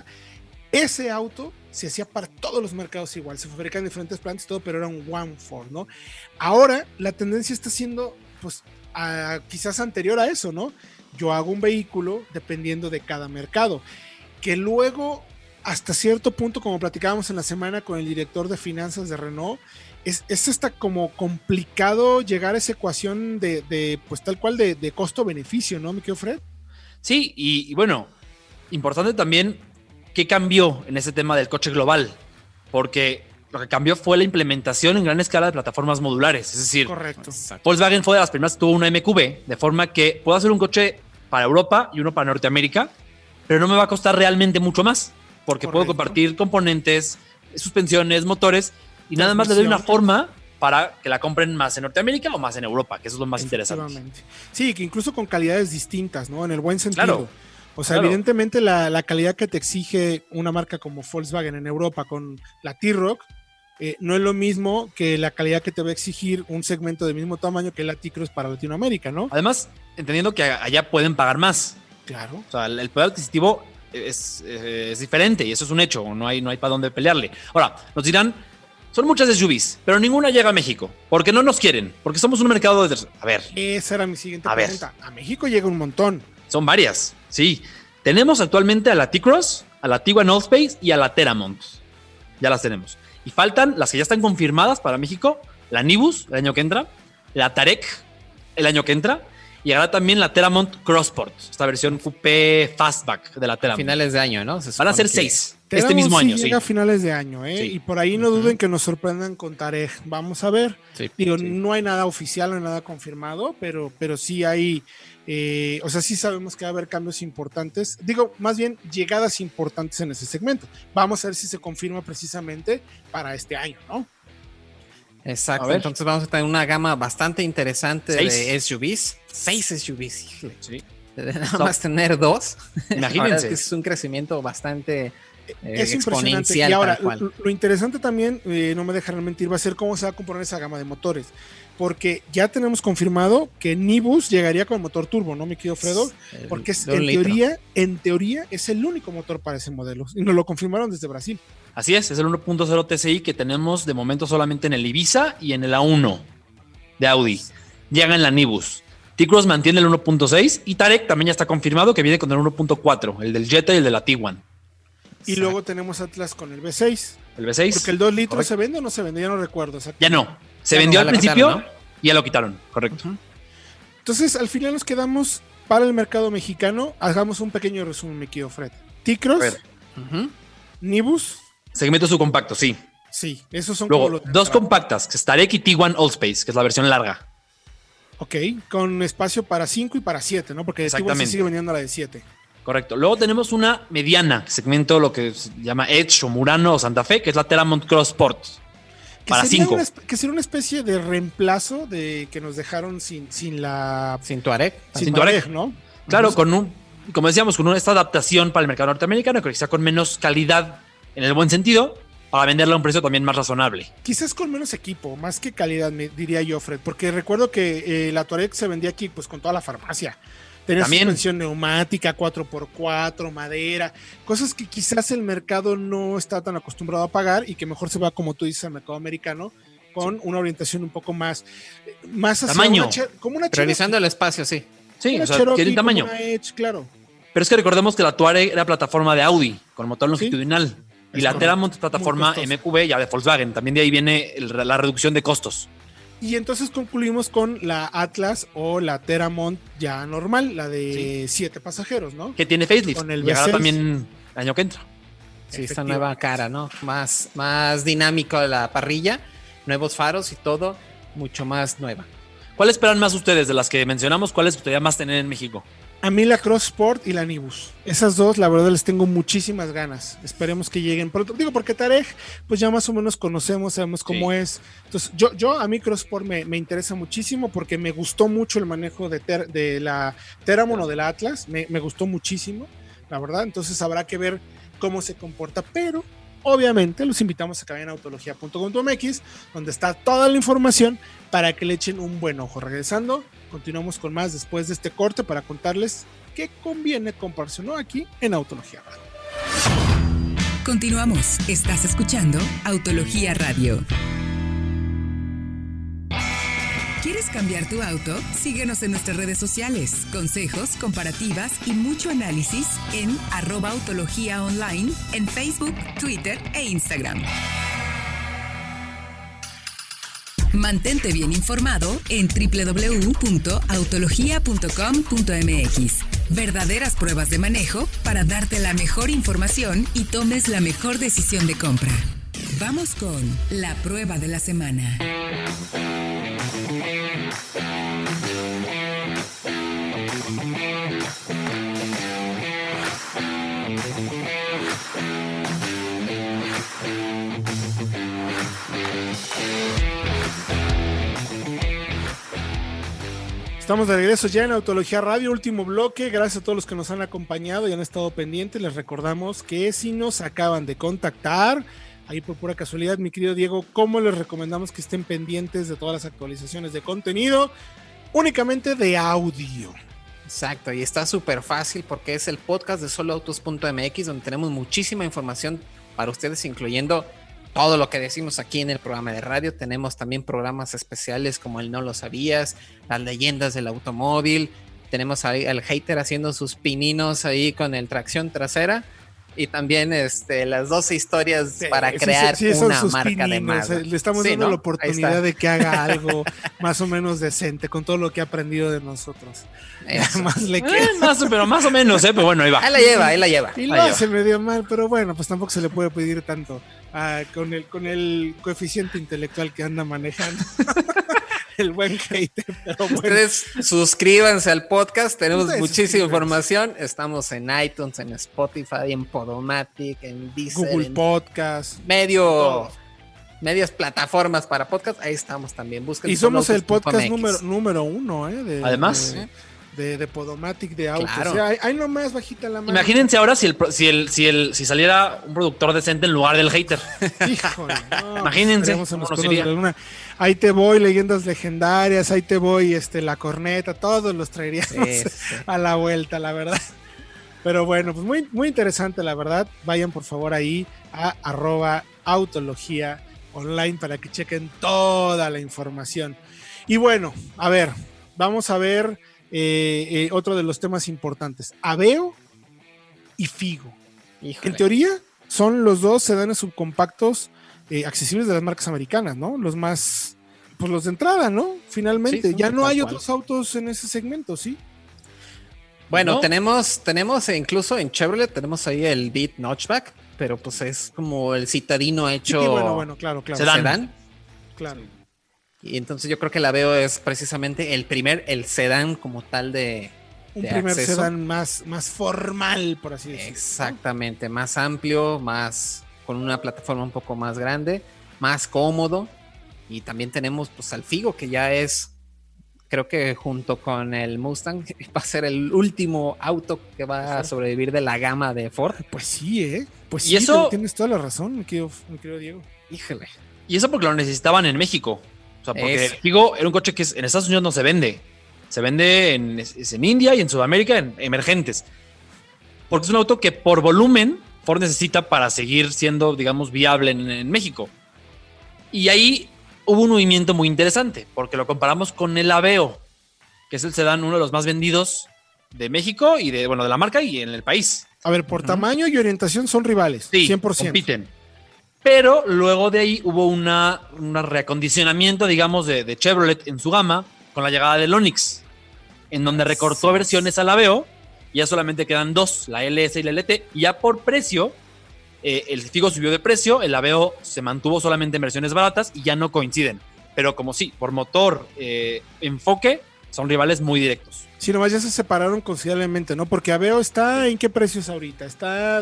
Speaker 2: Ese auto se hacía para todos los mercados igual, se fabrican en diferentes plantas y todo, pero era un One Ford, ¿no? Ahora la tendencia está siendo, pues, quizás anterior a eso, ¿no? Yo hago un vehículo dependiendo de cada mercado, que luego, hasta cierto punto, como platicábamos en la semana con el director de finanzas de Renault, es hasta como complicado llegar a esa ecuación de pues tal cual de costo-beneficio, ¿no, mi querido Fred?
Speaker 4: Sí, y bueno, importante también qué cambió en ese tema del coche global, porque lo que cambió fue la implementación en gran escala de plataformas modulares, es decir,
Speaker 2: Correcto.
Speaker 4: Volkswagen fue de las primeras que tuvo una MQB, de forma que puedo hacer un coche para Europa y uno para Norteamérica, pero no me va a costar realmente mucho más, porque puedo
Speaker 2: Correcto.
Speaker 4: compartir componentes, suspensiones, motores, y nada más le doy una forma para que la compren más en Norteamérica o más en Europa, que eso es lo más interesante.
Speaker 2: Efectivamente. Sí, que incluso con calidades distintas, ¿no? En el buen sentido.
Speaker 4: Claro.
Speaker 2: O sea,
Speaker 4: Claro.
Speaker 2: evidentemente la calidad que te exige una marca como Volkswagen en Europa con la T-Roc no es lo mismo que la calidad que te va a exigir un segmento del mismo tamaño que la T-Cross para Latinoamérica, ¿no?
Speaker 4: Además, entendiendo que allá pueden pagar más.
Speaker 2: Claro.
Speaker 4: O sea, el poder adquisitivo es diferente y eso es un hecho, no hay para dónde pelearle. Ahora, nos dirán, son muchas SUVs, pero ninguna llega a México. ¿Por qué no nos quieren? Porque somos un mercado de... A ver,
Speaker 2: Esa era mi siguiente
Speaker 4: A ver.
Speaker 2: pregunta. A México llega un montón.
Speaker 4: son varias, sí. Tenemos actualmente a la T-Cross, a la Tiguan Old Pace y a la Teramont. Ya las tenemos. Y faltan las que ya están confirmadas para México, la Nibus el año que entra, la Tarek el año que entra, y ahora también la Teramont Crossport, esta versión coupé fastback de la Teramont.
Speaker 3: Finales de año, ¿no? Se
Speaker 4: Van a ser
Speaker 3: supone que-
Speaker 4: 6 este
Speaker 2: Teramont
Speaker 4: mismo
Speaker 2: sí
Speaker 4: año, sí.
Speaker 2: llega a finales de año, ¿eh?
Speaker 4: Sí.
Speaker 2: Y por ahí no duden que nos sorprendan con Tarek. Vamos a ver.
Speaker 3: Sí.
Speaker 2: Digo,
Speaker 4: Sí.
Speaker 2: no hay nada oficial, no hay nada confirmado, pero sí hay, o sea, sí sabemos que va a haber cambios importantes. Digo, más bien llegadas importantes en ese segmento. Vamos a ver si se confirma precisamente para este año, ¿no?
Speaker 3: Exacto,
Speaker 4: A ver.
Speaker 3: entonces vamos a tener una gama bastante interesante
Speaker 4: 6.
Speaker 3: de SUVs. 6 SUVs, híjole.
Speaker 4: Sí.
Speaker 3: De nada más tener 2.
Speaker 4: Imagínense.
Speaker 3: Es un crecimiento bastante
Speaker 2: Es impresionante.
Speaker 3: exponencial.
Speaker 2: Y ahora,
Speaker 3: tal cual.
Speaker 2: lo interesante también, no me dejarán mentir, va a ser cómo se va a componer esa gama de motores. Porque ya tenemos confirmado que Nibus llegaría con motor turbo, ¿no, mi querido Fredo? Porque
Speaker 3: De un litro.
Speaker 2: en teoría es el único motor para ese modelo. Y nos lo confirmaron desde Brasil.
Speaker 4: Así es el 1.0 TSI que tenemos de momento solamente en el Ibiza y en el A1 de Audi. Llega en la Nibus. T-Cross mantiene el 1.6 y Tarek también ya está confirmado que viene con el 1.4, el del Jetta y el de la Tiguan.
Speaker 2: Y
Speaker 3: Exacto.
Speaker 2: luego tenemos Atlas con el V6.
Speaker 4: El V6
Speaker 2: Porque el 2 litros
Speaker 4: correcto.
Speaker 2: se vende o no se vende, ya no recuerdo.
Speaker 4: ya no. Se
Speaker 3: Ya
Speaker 4: vendió
Speaker 3: no,
Speaker 4: al
Speaker 3: ya la
Speaker 4: principio
Speaker 3: quitaron,
Speaker 4: y ya lo quitaron, correcto.
Speaker 3: Ujú.
Speaker 2: Entonces, al final nos quedamos para el mercado mexicano. Hagamos un pequeño resumen, mi querido Fred. T-Cross,
Speaker 4: A ver.
Speaker 3: Ujú.
Speaker 2: Nibus,
Speaker 4: Segmento subcompacto, sí.
Speaker 2: sí, esos son
Speaker 4: Luego,
Speaker 2: como los
Speaker 4: dos compactas, que es Tarek y Tiguan Old Space, que es la versión larga.
Speaker 2: Ok, con espacio para 5 y para 7, ¿no? Porque T-Cross
Speaker 4: Exactamente.
Speaker 2: sí sigue vendiendo la de 7.
Speaker 4: Correcto. Luego tenemos una mediana, segmento lo que se llama Edge o Murano o Santa Fe, que es la Teramont Crossport. para 5.
Speaker 2: Que sería una especie de reemplazo de que nos dejaron sin
Speaker 3: Touareg.
Speaker 2: Sin Touareg, ¿no?
Speaker 4: Claro, como decíamos, con esta adaptación para el mercado norteamericano, que quizá con menos calidad en el buen sentido, para venderla a un precio también más razonable.
Speaker 2: Quizás con menos equipo, más que calidad, me diría yo, Fred, porque recuerdo que la Touareg se vendía aquí pues con toda la farmacia. Tenía suspensión neumática, 4x4, madera, cosas que quizás el mercado no está tan acostumbrado a pagar y que mejor se va, como tú dices, al mercado americano, con una orientación un poco más hacia
Speaker 4: tamaño.
Speaker 2: Como una
Speaker 3: priorizando el espacio, sí.
Speaker 4: Sí, o sea, tiene tamaño.
Speaker 2: Edge, claro.
Speaker 4: Pero es que recordemos que la Touareg era plataforma de Audi, con motor longitudinal. ¿Sí? Y la Teramont es plataforma MQB ya de Volkswagen. También de ahí viene la reducción de costos.
Speaker 2: Y entonces concluimos con la Atlas o la Teramont ya normal, la de 7 pasajeros, ¿no?
Speaker 4: Que tiene facelift.
Speaker 2: Con el
Speaker 4: llegará
Speaker 2: V6.
Speaker 4: también el año que entra.
Speaker 3: Sí, esta nueva cara, ¿no? Más dinámico la parrilla, nuevos faros y todo, mucho más nueva.
Speaker 4: ¿Cuál esperan más ustedes de las que mencionamos? ¿Cuál les gustaría más tener en México?
Speaker 2: A mí la Cross Sport y la Nibus. Esas dos, la verdad, les tengo muchísimas ganas. Esperemos que lleguen pronto. Digo, porque Touareg, pues ya más o menos conocemos, sabemos cómo es. Entonces, a mí Cross Sport me interesa muchísimo porque me gustó mucho el manejo de la Teramont o de la Atlas. Me gustó muchísimo, la verdad. Entonces, habrá que ver cómo se comporta, pero obviamente los invitamos a que vayan a autologia.com.mx, donde está toda la información para que le echen un buen ojo. Regresando, continuamos con más después de este corte para contarles qué conviene comprarse o no aquí en Autología Radio.
Speaker 1: Continuamos. Estás escuchando Autología Radio. ¿Quieres cambiar tu auto? Síguenos en nuestras redes sociales. Consejos, comparativas y mucho análisis en @autología online en Facebook, Twitter e Instagram. Mantente bien informado en www.autologia.com.mx. Verdaderas pruebas de manejo para darte la mejor información y tomes la mejor decisión de compra. Vamos con la prueba de la semana.
Speaker 2: Estamos de regreso ya en Autología Radio, último bloque. Gracias a todos los que nos han acompañado y han estado pendientes. Les recordamos que si nos acaban de contactar, ahí por pura casualidad, mi querido Diego, ¿cómo les recomendamos que estén pendientes de todas las actualizaciones de contenido? Únicamente de audio.
Speaker 3: Exacto, y está súper fácil porque es el podcast de soloautos.mx, donde tenemos muchísima información para ustedes, incluyendo todo lo que decimos aquí en el programa de radio. Tenemos también programas especiales como el No Lo Sabías, las leyendas del automóvil. Tenemos ahí al hater haciendo sus pininos ahí con el tracción trasera. Y también las 12 historias para crear una marca de marca.
Speaker 2: Le estamos dando la oportunidad de que haga algo más o menos decente con todo lo que ha aprendido de nosotros.
Speaker 4: Más le queda. Pero más o menos, pero bueno, ahí va.
Speaker 3: Ahí la lleva.
Speaker 2: Y lo hace medio mal, pero bueno, pues tampoco se le puede pedir tanto con el coeficiente intelectual que anda manejando. El buen hater, pero bueno.
Speaker 3: Ustedes suscríbanse al podcast, tenemos muchísima información. Estamos en iTunes, en Spotify, en Podomatic, en Deezer,
Speaker 2: Google Podcast,
Speaker 3: medias plataformas para podcast. Ahí estamos también. Busquen.
Speaker 2: Y somos el podcast número 1,
Speaker 4: además
Speaker 2: de Podomatic, de autos.
Speaker 3: Claro.
Speaker 2: O sea, hay nomás bajita la mano.
Speaker 4: Imagínense ahora si saliera un productor decente en lugar del hater.
Speaker 2: Híjole, no,
Speaker 4: imagínense
Speaker 2: cómo nos iría. Ahí te voy, leyendas legendarias, ahí te voy, la corneta, todos los traeríamos a la vuelta, la verdad. Pero bueno, pues muy, muy interesante, la verdad. Vayan por favor ahí a @autología online para que chequen toda la información. Y bueno, a ver, vamos a ver otro de los temas importantes. Aveo y Figo.
Speaker 3: Híjole.
Speaker 2: En teoría, son los dos sedanes subcompactos accesibles de las marcas americanas, ¿no? Los más, pues los de entrada, ¿no? Finalmente,
Speaker 3: sí,
Speaker 2: ya no hay otros autos en ese segmento, ¿sí?
Speaker 3: Bueno,
Speaker 2: ¿no?
Speaker 3: tenemos incluso en Chevrolet, tenemos ahí el Beat Notchback, pero pues es como el citadino hecho.
Speaker 2: Sí, bueno, claro.
Speaker 3: Sedán.
Speaker 2: Claro.
Speaker 3: Y entonces yo creo que la Aveo es precisamente el sedán como tal de
Speaker 2: primer
Speaker 3: acceso.
Speaker 2: sedán más formal, por así decirlo.
Speaker 3: Exactamente, ¿no? Más amplio, con una plataforma un poco más grande, más cómodo. Y también tenemos pues al Figo, que ya es, creo que junto con el Mustang, va a ser el último auto que va a sobrevivir de la gama de Ford.
Speaker 2: Pues sí, Pues
Speaker 4: y
Speaker 2: sí,
Speaker 4: eso,
Speaker 2: tienes toda la razón, mi querido Diego.
Speaker 3: Híjole.
Speaker 4: Y eso porque lo necesitaban en México. O sea, porque el Figo era un coche que en Estados Unidos no se vende. Se vende en India y en Sudamérica, en emergentes. Porque es un auto que por volumen Ford necesita para seguir siendo, digamos, viable en México. Y ahí hubo un movimiento muy interesante, porque lo comparamos con el Aveo, que es el sedán, uno de los más vendidos de México y de la marca y en el país.
Speaker 2: A ver, por tamaño y orientación son rivales,
Speaker 4: sí,
Speaker 2: 100%.
Speaker 4: Compiten. Pero luego de ahí hubo un reacondicionamiento, digamos, de Chevrolet en su gama con la llegada del Onix, en donde recortó versiones al Aveo y ya solamente quedan dos, la LS y la LT, y ya por precio, el Figo subió de precio, el Aveo se mantuvo solamente en versiones baratas y ya no coinciden. Pero como sí, por motor, enfoque, son rivales muy directos.
Speaker 2: Sí, nomás ya se separaron considerablemente, ¿no? Porque Aveo está, ¿en qué precios ahorita? Está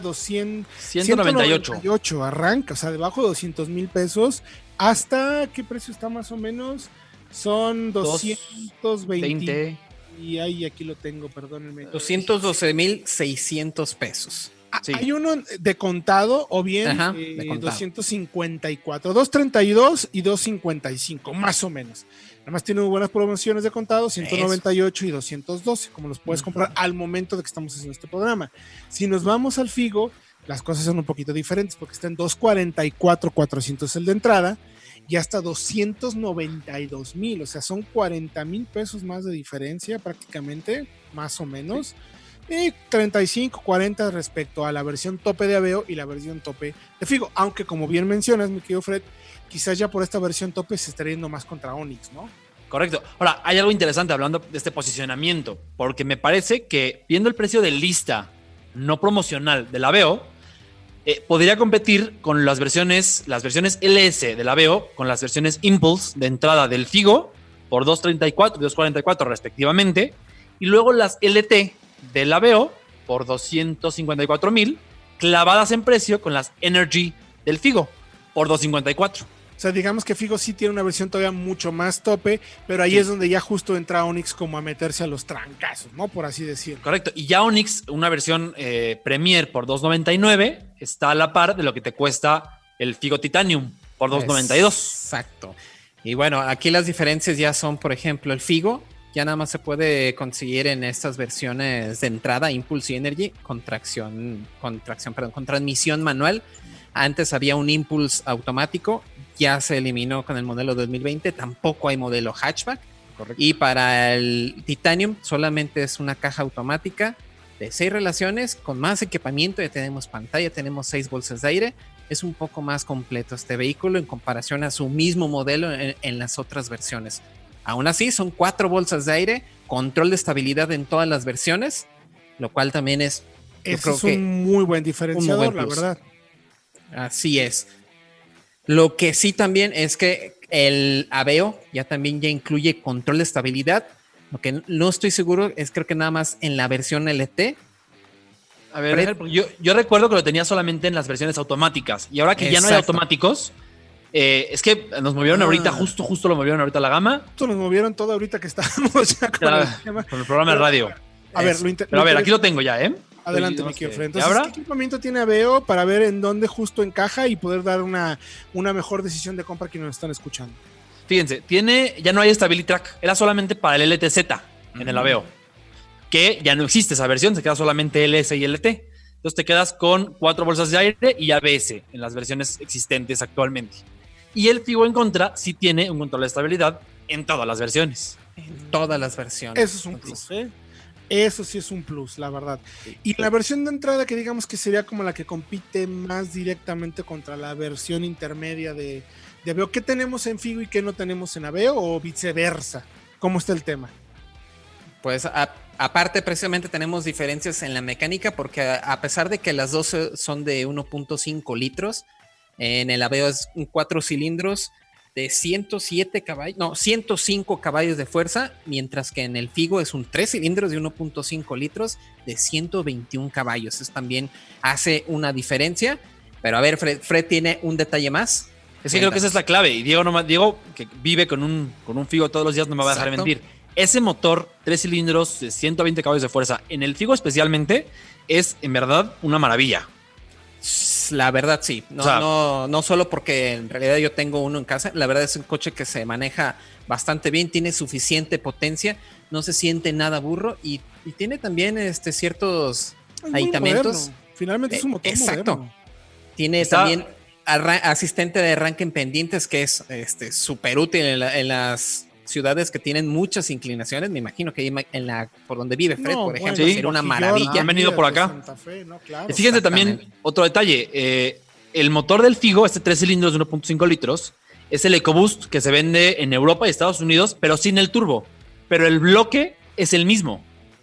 Speaker 2: 198 arranca, o sea, debajo de 200,000 pesos. ¿Hasta qué precio está más o menos? Son 220. Y ahí aquí lo tengo, perdónenme.
Speaker 3: 212,600 pesos.
Speaker 2: Sí. Hay uno de contado o bien
Speaker 3: de contado.
Speaker 2: 254, 232 y 255, más o menos. Además tiene muy buenas promociones de contado, 198 y 212, como los puedes comprar al momento de que estamos haciendo este programa. Si nos vamos al Figo, las cosas son un poquito diferentes porque está en 244,400 el de entrada y hasta 292,000, o sea, son 40,000 pesos más de diferencia prácticamente, más o menos. Sí. Y 35, 40 respecto a la versión tope de Aveo y la versión tope de Figo, aunque como bien mencionas, mi querido Fred, quizás ya por esta versión tope se estaría yendo más contra Onix, ¿no?
Speaker 4: Correcto. Ahora, hay algo interesante hablando de este posicionamiento, porque me parece que viendo el precio de lista no promocional del Aveo, podría competir con las versiones LS del Aveo, con las versiones Impulse de entrada del Figo por 234 y 244 respectivamente, y luego las LT del Aveo por 254,000, clavadas en precio con las Energy del Figo por 254.
Speaker 2: O sea, digamos que Figo sí tiene una versión todavía mucho más tope, pero ahí es donde ya justo entra Onix como a meterse a los trancazos, ¿no? Por así decirlo.
Speaker 4: Correcto. Y ya Onix, una versión Premier por 299, está a la par de lo que te cuesta el Figo Titanium por 292.
Speaker 3: Exacto. Y bueno, aquí las diferencias ya son, por ejemplo, el Figo ya nada más se puede conseguir en estas versiones de entrada, Impulse y Energy, con transmisión manual. Antes había un Impulse automático, ya se eliminó con el modelo 2020, tampoco hay modelo hatchback. Correcto. Y para el Titanium solamente es una caja automática de 6 relaciones, con más equipamiento, ya tenemos pantalla, tenemos 6 bolsas de aire. Es un poco más completo este vehículo en comparación a su mismo modelo en las otras versiones. Aún así, son 4 bolsas de aire, control de estabilidad en todas las versiones, lo cual también es...
Speaker 2: Eso es un muy buen diferenciador, la verdad.
Speaker 3: Así es. Lo que sí también es que el Aveo ya incluye control de estabilidad. Lo que no estoy seguro es, creo que nada más en la versión LT.
Speaker 4: A ver, yo recuerdo que lo tenía solamente en las versiones automáticas. Y ahora que ya no hay automáticos... es que nos movieron ahorita, justo lo movieron ahorita a la gama.
Speaker 2: Justo nos movieron todo ahorita que estábamos ya con
Speaker 4: el programa de radio. A ver, aquí lo tengo ya, ¿eh?
Speaker 2: Adelante, mi querido Fred. Entonces, ¿qué equipamiento tiene Aveo para ver en dónde justo encaja y poder dar una mejor decisión de compra a quienes nos están escuchando?
Speaker 4: Fíjense, ya no hay Stability Track, era solamente para el LTZ en el Aveo, que ya no existe esa versión, se queda solamente LS y LT. Entonces te quedas con 4 bolsas de aire y ABS en las versiones existentes actualmente. Y el Figo en contra sí tiene un control de estabilidad en todas las versiones.
Speaker 3: En todas las versiones.
Speaker 2: Eso es un plus, ¿eh? Eso sí es un plus, la verdad. Y la versión de entrada, que digamos que sería como la que compite más directamente contra la versión intermedia de Aveo. ¿Qué tenemos en Figo y qué no tenemos en Aveo? O viceversa. ¿Cómo está el tema?
Speaker 3: Pues aparte precisamente tenemos diferencias en la mecánica, porque a pesar de que las dos son de 1.5 litros, en el Aveo es un 4 cilindros de 105 caballos de fuerza, mientras que en el Figo es un 3 cilindros de 1.5 litros de 121 caballos. Eso también hace una diferencia. Pero a ver, Fred tiene un detalle más.
Speaker 4: Es que creo que esa es la clave. Y Diego, que vive con un Figo todos los días, no me va a dejar de mentir. Ese motor, 3 cilindros, de 120 caballos de fuerza, en el Figo especialmente, es en verdad una maravilla.
Speaker 3: La verdad sí, no solo porque en realidad yo tengo uno en casa, la verdad es un coche que se maneja bastante bien, tiene suficiente potencia, no se siente nada burro y tiene también ciertos aditamentos.
Speaker 2: Moderno. Finalmente es un motor moderno.
Speaker 3: Tiene también asistente de arranque en pendientes que es súper útil en las ciudades que tienen muchas inclinaciones. Me imagino que por donde vive Fred, por ejemplo, sería una maravilla.
Speaker 4: Han venido por acá. Claro. Y fíjense también otro detalle. El motor del Figo, 3 cilindros de 1.5 litros, es el EcoBoost que se vende en Europa y Estados Unidos, pero sin el turbo. Pero el bloque es el mismo.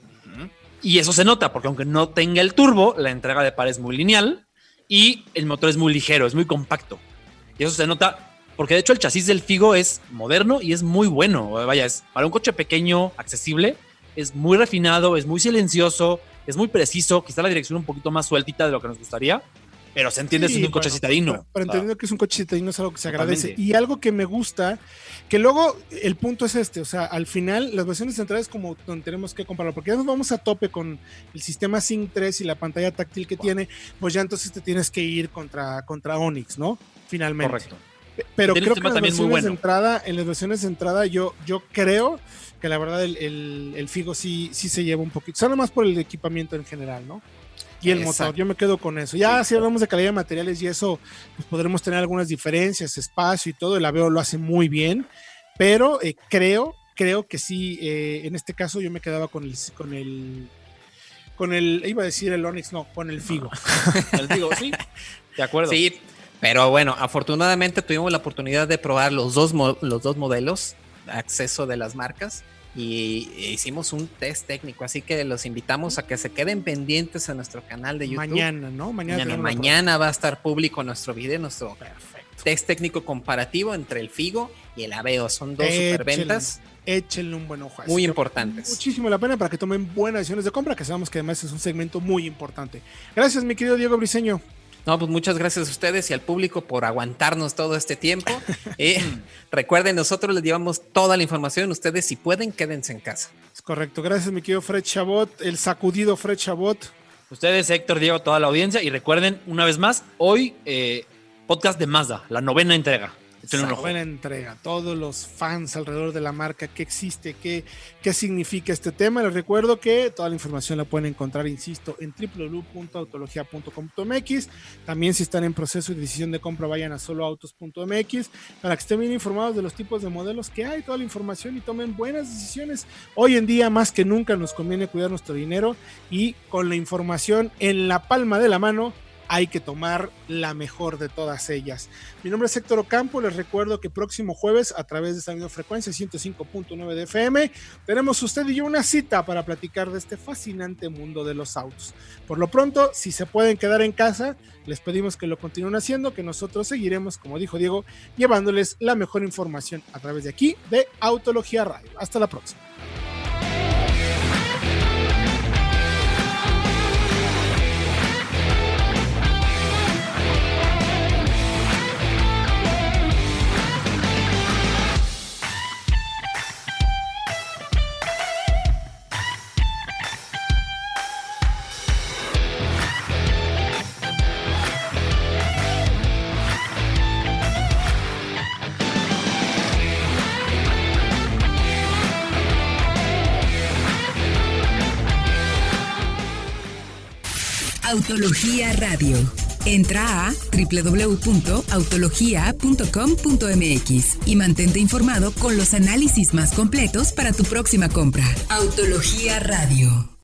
Speaker 4: Y eso se nota, porque aunque no tenga el turbo, la entrega de par es muy lineal y el motor es muy ligero, es muy compacto. Y eso se nota porque de hecho el chasis del Figo es moderno y es muy bueno. Vaya, es para un coche pequeño, accesible, es muy refinado, es muy silencioso, es muy preciso, quizá la dirección un poquito más sueltita de lo que nos gustaría, pero se entiende siendo un coche citadino.
Speaker 2: Pero entendiendo que es un coche citadino es algo que se agradece. Y algo que me gusta, que luego el punto es o sea, al final las versiones centrales como donde tenemos que compararlo, porque ya nos vamos a tope con el sistema Sync 3 y la pantalla táctil que tiene, pues ya entonces te tienes que ir contra Onix, ¿no? Finalmente.
Speaker 4: Correcto.
Speaker 2: Pero creo que en las versiones de entrada yo creo que la verdad el Figo sí se lleva un poquito, o sea, nada más por el equipamiento en general, ¿no? Y el motor, yo me quedo con eso. Ya si hablamos de calidad de materiales y eso, pues podremos tener algunas diferencias, espacio y todo, el Aveo lo hace muy bien, pero creo que sí, en este caso yo me quedaba con el iba a decir el Onix, no, con el Figo.
Speaker 4: El Figo, sí, de acuerdo.
Speaker 3: Sí, pero bueno, afortunadamente tuvimos la oportunidad de probar los dos modelos, acceso de las marcas, y hicimos un test técnico, así que los invitamos a que se queden pendientes a nuestro canal de YouTube.
Speaker 2: Mañana, ¿no?
Speaker 3: Mañana va a estar público nuestro video, nuestro test técnico comparativo entre el Figo y el Aveo. Son dos superventas.
Speaker 2: Échenle un buen ojo.
Speaker 3: Muy importantes.
Speaker 2: Muchísimo la pena para que tomen buenas decisiones de compra, que sabemos que además es un segmento muy importante. Gracias, mi querido Diego Briseño.
Speaker 3: No, pues muchas gracias a ustedes y al público por aguantarnos todo este tiempo. Recuerden, nosotros les llevamos toda la información. Ustedes, si pueden, quédense en casa.
Speaker 2: Es correcto. Gracias, mi querido Fred Chabot, el sacudido Fred Chabot.
Speaker 4: Ustedes, Héctor, Diego, toda la audiencia. Y recuerden, una vez más, hoy podcast de Mazda, la 9ª entrega.
Speaker 2: Buena entrega, todos los fans alrededor de la marca, qué existe, qué significa este tema. Les recuerdo que toda la información la pueden encontrar, insisto, en www.autologia.com.mx. También si están en proceso de decisión de compra, vayan a soloautos.mx para que estén bien informados de los tipos de modelos que hay, toda la información, y tomen buenas decisiones. Hoy en día más que nunca nos conviene cuidar nuestro dinero, y con la información en la palma de la mano hay que tomar la mejor de todas ellas. Mi nombre es Héctor Ocampo. Les recuerdo que próximo jueves, a través de esta videofrecuencia 105.9 de FM, tenemos usted y yo una cita para platicar de este fascinante mundo de los autos. Por lo pronto, si se pueden quedar en casa, les pedimos que lo continúen haciendo, que nosotros seguiremos, como dijo Diego, llevándoles la mejor información a través de aquí, de Autología Radio. Hasta la próxima.
Speaker 1: Autología Radio. Entra a www.autologia.com.mx y mantente informado con los análisis más completos para tu próxima compra. Autología Radio.